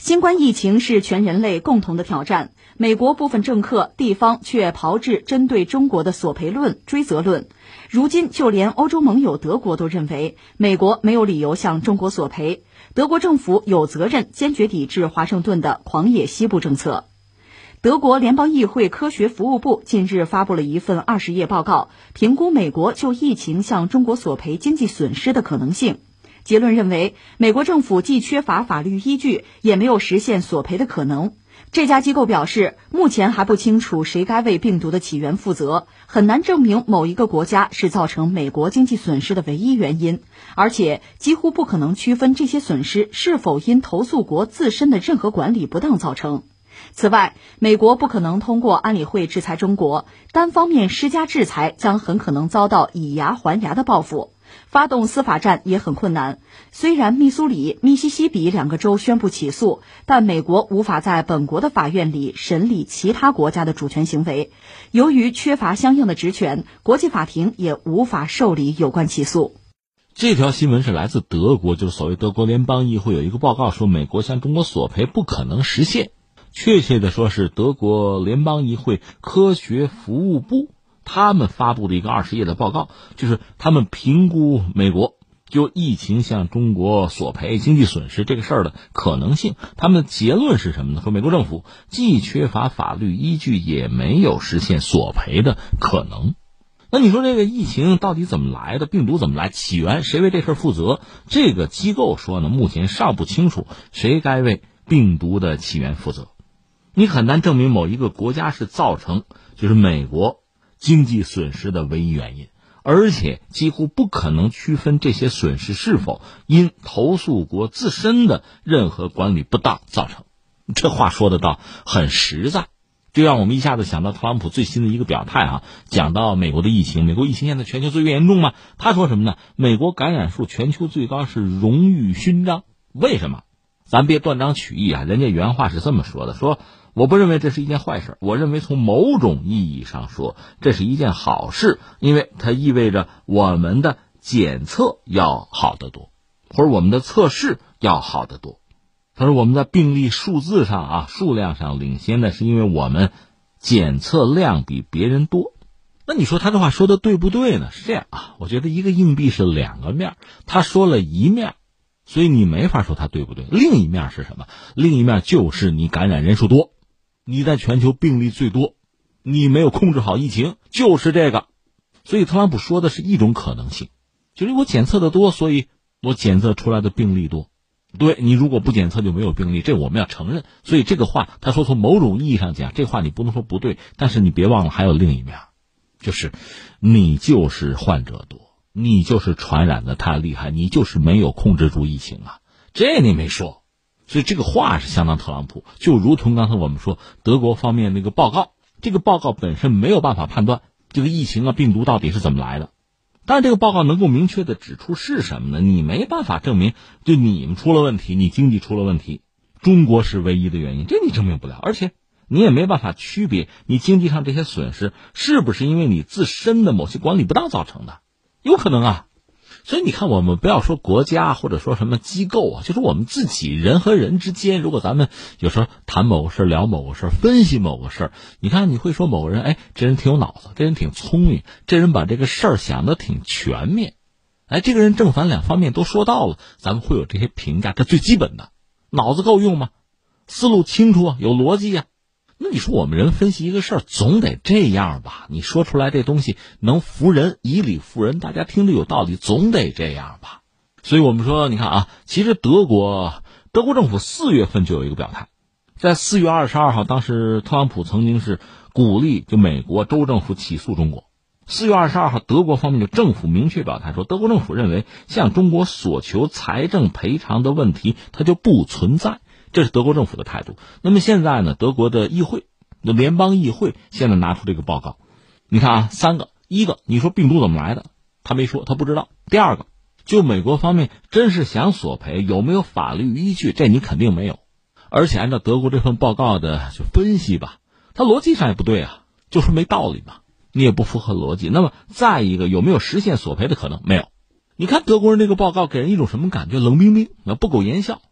新冠疫情是全人类共同的挑战，美国部分政客、地方却炮制针对中国的索赔论、追责论。如今，就连欧洲盟友德国都认为，美国没有理由向中国索赔，德国政府有责任坚决抵制华盛顿的狂野西部政策。德国联邦议会科学服务部近日发布了一份20页报告，评估美国就疫情向中国索赔经济损失的可能性。结论认为，美国政府既缺乏法律依据，也没有实现索赔的可能。这家机构表示，目前还不清楚谁该为病毒的起源负责，很难证明某一个国家是造成美国经济损失的唯一原因，而且几乎不可能区分这些损失是否因投诉国自身的任何管理不当造成。此外，美国不可能通过安理会制裁中国，单方面施加制裁将很可能遭到以牙还牙的报复。发动司法战也很困难。虽然密苏里、密西西比2个州宣布起诉，但美国无法在本国的法院里审理其他国家的主权行为。由于缺乏相应的职权，国际法庭也无法受理有关起诉。 这条新闻是来自德国，就是所谓德国联邦议会有一个报告说，美国向中国索赔不可能实现。确切的说是德国联邦议会科学服务部他们发布的一个20页的报告，就是他们评估美国就疫情向中国索赔经济损失这个事儿的可能性。他们的结论是什么呢？说美国政府既缺乏法律依据，也没有实现索赔的可能。那你说这个疫情到底怎么来的？病毒怎么来？起源谁为这事负责？这个机构说呢，目前尚不清楚谁该为病毒的起源负责。你很难证明某一个国家是造成就是美国经济损失的唯一原因，而且几乎不可能区分这些损失是否因投诉国自身的任何管理不当造成。这话说得倒很实在，就让我们一下子想到特朗普最新的一个表态啊，讲到美国的疫情，美国疫情现在全球最严重嘛，他说什么呢？美国感染数全球最高是荣誉勋章。为什么？咱别断章取义啊，人家原话是这么说的，说我不认为这是一件坏事，我认为从某种意义上说，这是一件好事，因为它意味着我们的检测要好得多，或者我们的测试要好得多。他说我们在病例数字上啊，数量上领先的是因为我们检测量比别人多。那你说他这话说的对不对呢？是这样啊，我觉得一个硬币是2个面，他说了一面，所以你没法说他对不对。另一面是什么？另一面就是你感染人数多，你在全球病例最多，你没有控制好疫情，就是这个。所以特朗普说的是一种可能性，就是我检测的多，所以我检测出来的病例多。对，你如果不检测就没有病例，这我们要承认。所以这个话他说从某种意义上讲，这话你不能说不对，但是你别忘了还有另一面，就是你就是患者多，你就是传染的太厉害，你就是没有控制住疫情啊，这你没说。所以这个话是相当特朗普，就如同刚才我们说德国方面那个报告，这个报告本身没有办法判断这个疫情啊病毒到底是怎么来的，但是这个报告能够明确的指出是什么呢？你没办法证明就你们出了问题，你经济出了问题，中国是唯一的原因，这你证明不了。而且你也没办法区别你经济上这些损失是不是因为你自身的某些管理不当造成的，有可能啊。所以你看，我们不要说国家或者说什么机构啊，就是我们自己人和人之间，如果咱们有时候谈某个事儿、聊某个事儿、分析某个事儿，你看你会说某个人，哎，这人挺有脑子，这人挺聪明，这人把这个事儿想得挺全面，哎，这个人正反2方面都说到了，咱们会有这些评价，这最基本的，脑子够用吗？思路清楚啊，有逻辑啊。那你说我们人分析一个事儿总得这样吧，你说出来这东西能服人，以理服人，大家听着有道理，总得这样吧。所以我们说你看啊，其实德国政府4月份就有一个表态，在4月22号当时特朗普曾经是鼓励就美国州政府起诉中国。4月22号德国方面就政府明确表态说，德国政府认为向中国索求财政赔偿的问题它就不存在，这是德国政府的态度。那么现在呢，德国的议会联邦议会现在拿出这个报告，你看啊，3个，一个你说病毒怎么来的，他没说，他不知道。第二个，就美国方面真是想索赔，有没有法律依据，这你肯定没有。而且按照德国这份报告的就分析吧，它逻辑上也不对啊，就说没道理嘛，你也不符合逻辑。那么再一个，有没有实现索赔的可能？没有。你看德国人这个报告给人一种什么感觉？冷冰冰，不苟言笑。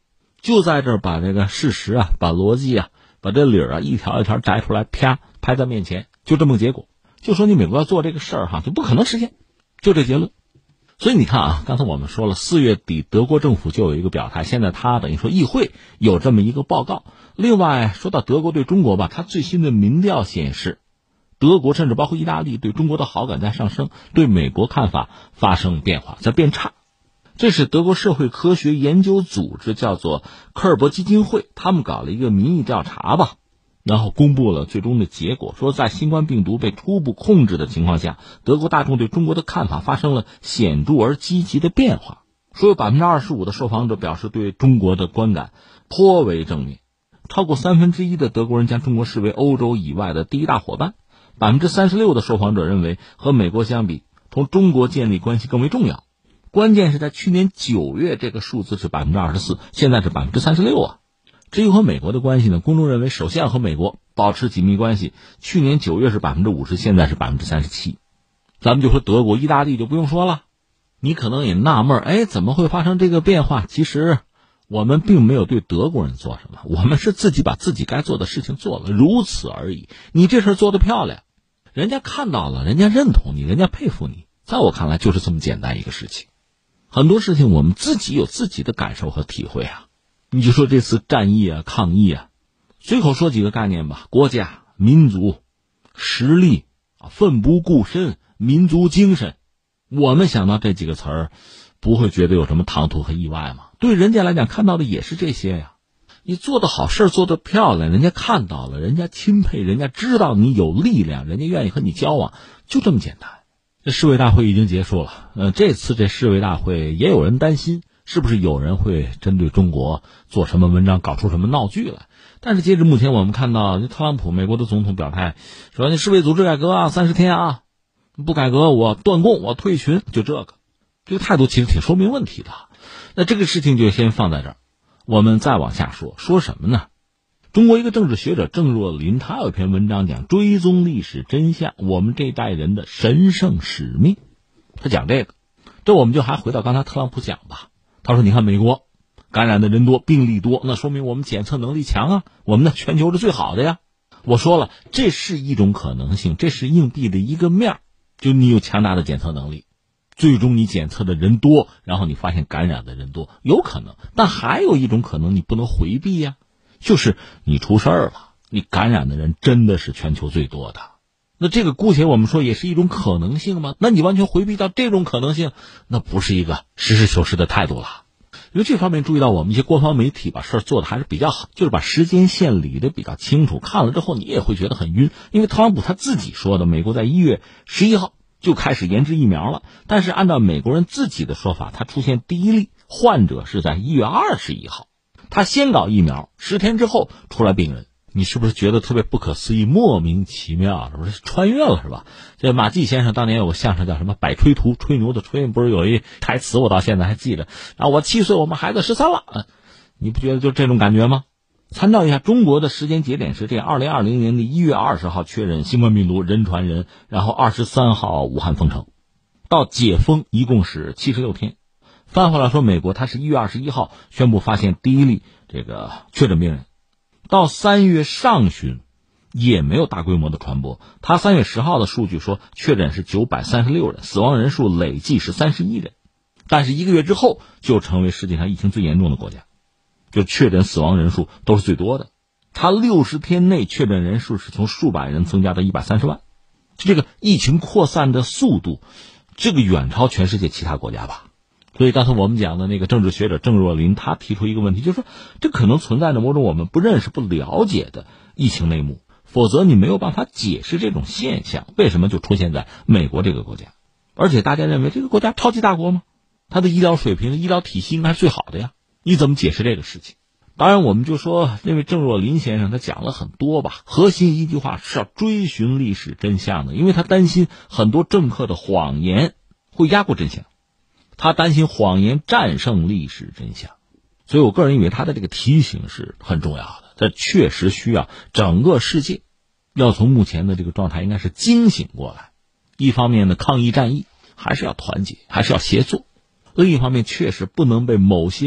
就在这儿把这个事实啊，把逻辑啊，把这理儿啊一条一条摘出来，啪拍在面前，就这么个结果。就说你美国要做这个事儿哈，就不可能实现，就这结论。所以你看啊，刚才我们说了，4月底德国政府就有一个表态，现在他等于说议会有这么一个报告。另外说到德国对中国吧，他最新的民调显示，德国甚至包括意大利对中国的好感在上升，对美国看法发生变化，在变差。这是德国社会科学研究组织叫做科尔伯基金会，他们搞了一个民意调查吧，然后公布了最终的结果，说在新冠病毒被初步控制的情况下，德国大众对中国的看法发生了显著而积极的变化。说有 25% 的受访者表示对中国的观感颇为正面，超过1/3的德国人将中国视为欧洲以外的第一大伙伴， 36% 的受访者认为和美国相比，同中国建立关系更为重要。关键是在去年9月这个数字是 24%， 现在是 36% 啊。至于和美国的关系呢，公众认为首先要和美国保持紧密关系，去年9月是 50%， 现在是 37%。 咱们就说德国、意大利就不用说了，你可能也纳闷，怎么会发生这个变化？其实我们并没有对德国人做什么，我们是自己把自己该做的事情做了，如此而已。你这事做得漂亮，人家看到了，人家认同你，人家佩服你，在我看来就是这么简单一个事情。很多事情我们自己有自己的感受和体会啊。你就说这次战役啊、抗疫啊，随口说几个概念吧：国家、民族、实力、奋不顾身、民族精神。我们想到这几个词儿，不会觉得有什么唐突和意外吗？对人家来讲，看到的也是这些呀。你做的好事做得漂亮，人家看到了，人家钦佩，人家知道你有力量，人家愿意和你交往，就这么简单。这世卫大会已经结束了，这次这世卫大会也有人担心，是不是有人会针对中国做什么文章，搞出什么闹剧来？但是截至目前，我们看到特朗普美国的总统表态说，那世卫组织改革啊，30天啊，不改革我断供，我退群，就这个态度其实挺说明问题的。那这个事情就先放在这儿，我们再往下说什么呢？中国一个政治学者郑若琳，他有一篇文章讲追踪历史真相，我们这一代人的神圣使命。他讲这个，这我们就还回到刚才特朗普讲吧。他说你看美国感染的人多，病例多，那说明我们检测能力强啊，我们的全球是最好的呀。我说了，这是一种可能性，这是硬币的一个面，就你有强大的检测能力，最终你检测的人多，然后你发现感染的人多，有可能。但还有一种可能你不能回避呀，就是你出事儿了，你感染的人真的是全球最多的。那这个姑且我们说也是一种可能性吗？那你完全回避到这种可能性，那不是一个实事求是的态度了。因为这方面注意到我们一些官方媒体把事儿做的还是比较好，就是把时间线理得比较清楚，看了之后你也会觉得很晕。因为特朗普他自己说的，美国在1月11号就开始研制疫苗了，但是按照美国人自己的说法，他出现第一例患者是在1月21号，他先搞疫苗，10天之后出来病人。你是不是觉得特别不可思议，莫名其妙，是不是穿越了是吧？这马季先生当年有个相声叫什么百吹图，吹牛的吹，不是有一台词我到现在还记着，然后我7岁，我们孩子13了，你不觉得就这种感觉吗？参照一下中国的时间节点是这样，2020年的1月20号确认新冠病毒人传人，然后23号武汉封城，到解封一共是76天。翻回来说，美国它是1月21号宣布发现第一例这个确诊病人，到3月上旬也没有大规模的传播。他3月10号的数据说确诊是936人，死亡人数累计是31人，但是1个月之后就成为世界上疫情最严重的国家，就确诊死亡人数都是最多的。他60天内确诊人数是从数百人增加到130万，这个疫情扩散的速度，这个远超全世界其他国家吧。所以刚才我们讲的那个政治学者郑若琳，他提出一个问题，就是说这可能存在着某种我们不认识不了解的疫情内幕，否则你没有办法解释这种现象为什么就出现在美国这个国家。而且大家认为这个国家超级大国吗？它的医疗水平医疗体系应该是最好的呀，你怎么解释这个事情？当然我们就说这位郑若琳先生他讲了很多吧，核心一句话是要追寻历史真相的，因为他担心很多政客的谎言会压过真相，他担心谎言战胜历史真相。所以我个人认为他的这个提醒是很重要的，这确实需要整个世界要从目前的这个状态应该是惊醒过来。一方面呢，抗疫战役还是要团结，还是要协作；另一方面确实不能被某些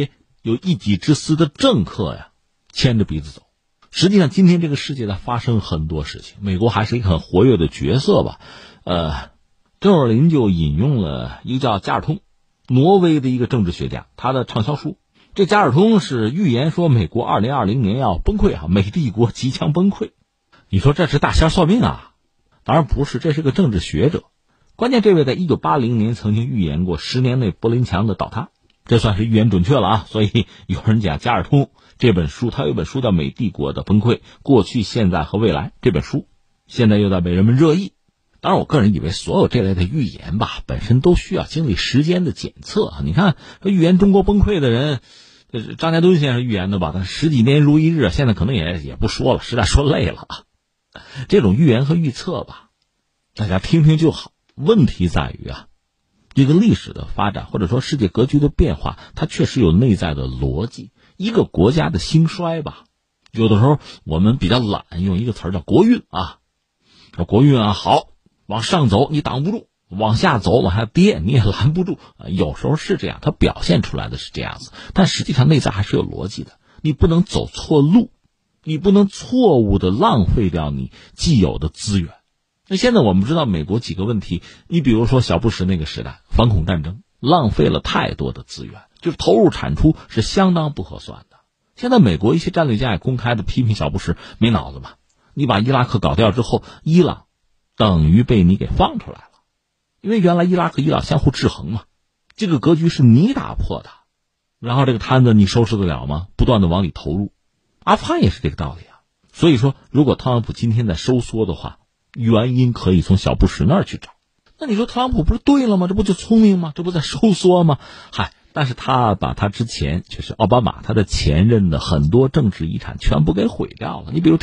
有一己之私的政客呀牵着鼻子走。实际上今天这个世界在发生很多事情，美国还是一个很活跃的角色吧。郑若琳就引用了一个叫加尔通，挪威的一个政治学家，他的畅销书。这加尔通是预言说美国2020年要崩溃啊，美帝国即将崩溃。你说这是大仙算命啊？当然不是，这是个政治学者。关键这位在1980年曾经预言过10年内柏林墙的倒塌，这算是预言准确了啊。所以有人讲加尔通这本书，他有一本书叫《美帝国的崩溃：过去、现在和未来》，这本书现在又在被人们热议。当然我个人以为所有这类的预言吧，本身都需要经历时间的检测。你看预言中国崩溃的人，张家墩先生预言的吧，他10几年如一日，现在可能也不说了，实在说累了。这种预言和预测吧，大家听听就好。问题在于啊，这个历史的发展或者说世界格局的变化，它确实有内在的逻辑。一个国家的兴衰吧，有的时候我们比较懒，用一个词儿叫国运啊。国运啊好，往上走你挡不住，往下走往下跌你也拦不住，有时候是这样，它表现出来的是这样子，但实际上内在还是有逻辑的。你不能走错路，你不能错误的浪费掉你既有的资源。那现在我们知道美国几个问题，你比如说小布什那个时代反恐战争浪费了太多的资源，就是投入产出是相当不合算的。现在美国一些战略家也公开的批评小布什没脑子嘛，你把伊拉克搞掉之后，伊朗等于被你给放出来了，因为原来伊拉克伊朗相互制衡嘛，这个格局是你打破的，然后这个摊子你收拾得了吗？不断的往里投入。阿富汗也是这个道理啊。所以说如果特朗普今天在收缩的话，原因可以从小布什那儿去找。那你说特朗普不是对了吗？这不就聪明吗？这不在收缩吗？但是他把他之前就是奥巴马他的前任的很多政治遗产全部给毁掉了。你比如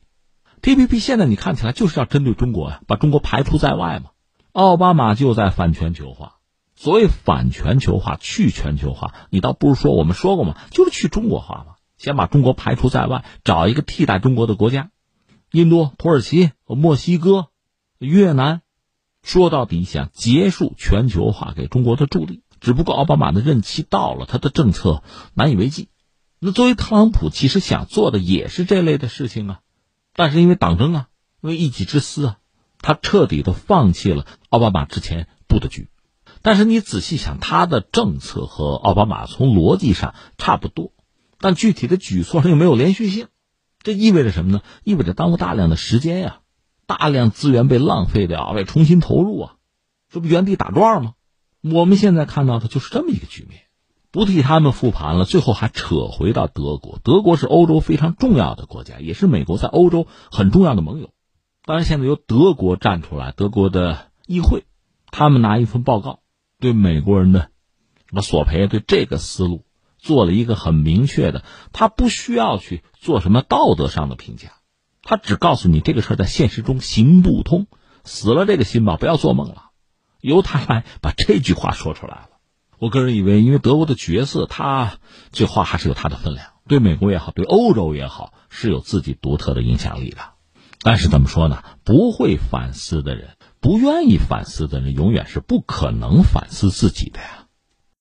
TPP 现在你看起来就是要针对中国呀，把中国排除在外嘛。奥巴马就在反全球化。所谓反全球化去全球化，你倒不是说我们说过嘛，就是去中国化嘛，先把中国排除在外，找一个替代中国的国家，印度、土耳其、墨西哥、越南，说到底想结束全球化给中国的助力。只不过奥巴马的任期到了，他的政策难以为继。那作为特朗普其实想做的也是这类的事情啊，但是因为党争啊，因为一己之私啊，他彻底的放弃了奥巴马之前布的局。但是你仔细想，他的政策和奥巴马从逻辑上差不多，但具体的举措上又没有连续性。这意味着什么呢？意味着耽误大量的时间呀，大量资源被浪费掉，被重新投入啊，这不原地打转吗？我们现在看到的就是这么一个局面。不替他们复盘了，最后还扯回到德国。德国是欧洲非常重要的国家，也是美国在欧洲很重要的盟友。当然现在由德国站出来，德国的议会他们拿一份报告，对美国人的什么索赔，对这个思路做了一个很明确的，他不需要去做什么道德上的评价，他只告诉你这个事儿在现实中行不通，死了这个心吧，不要做梦了。由他来把这句话说出来了。我个人以为，因为德国的角色，他这话还是有他的分量，对美国也好，对欧洲也好，是有自己独特的影响力的。但是怎么说呢？不会反思的人，不愿意反思的人，永远是不可能反思自己的呀。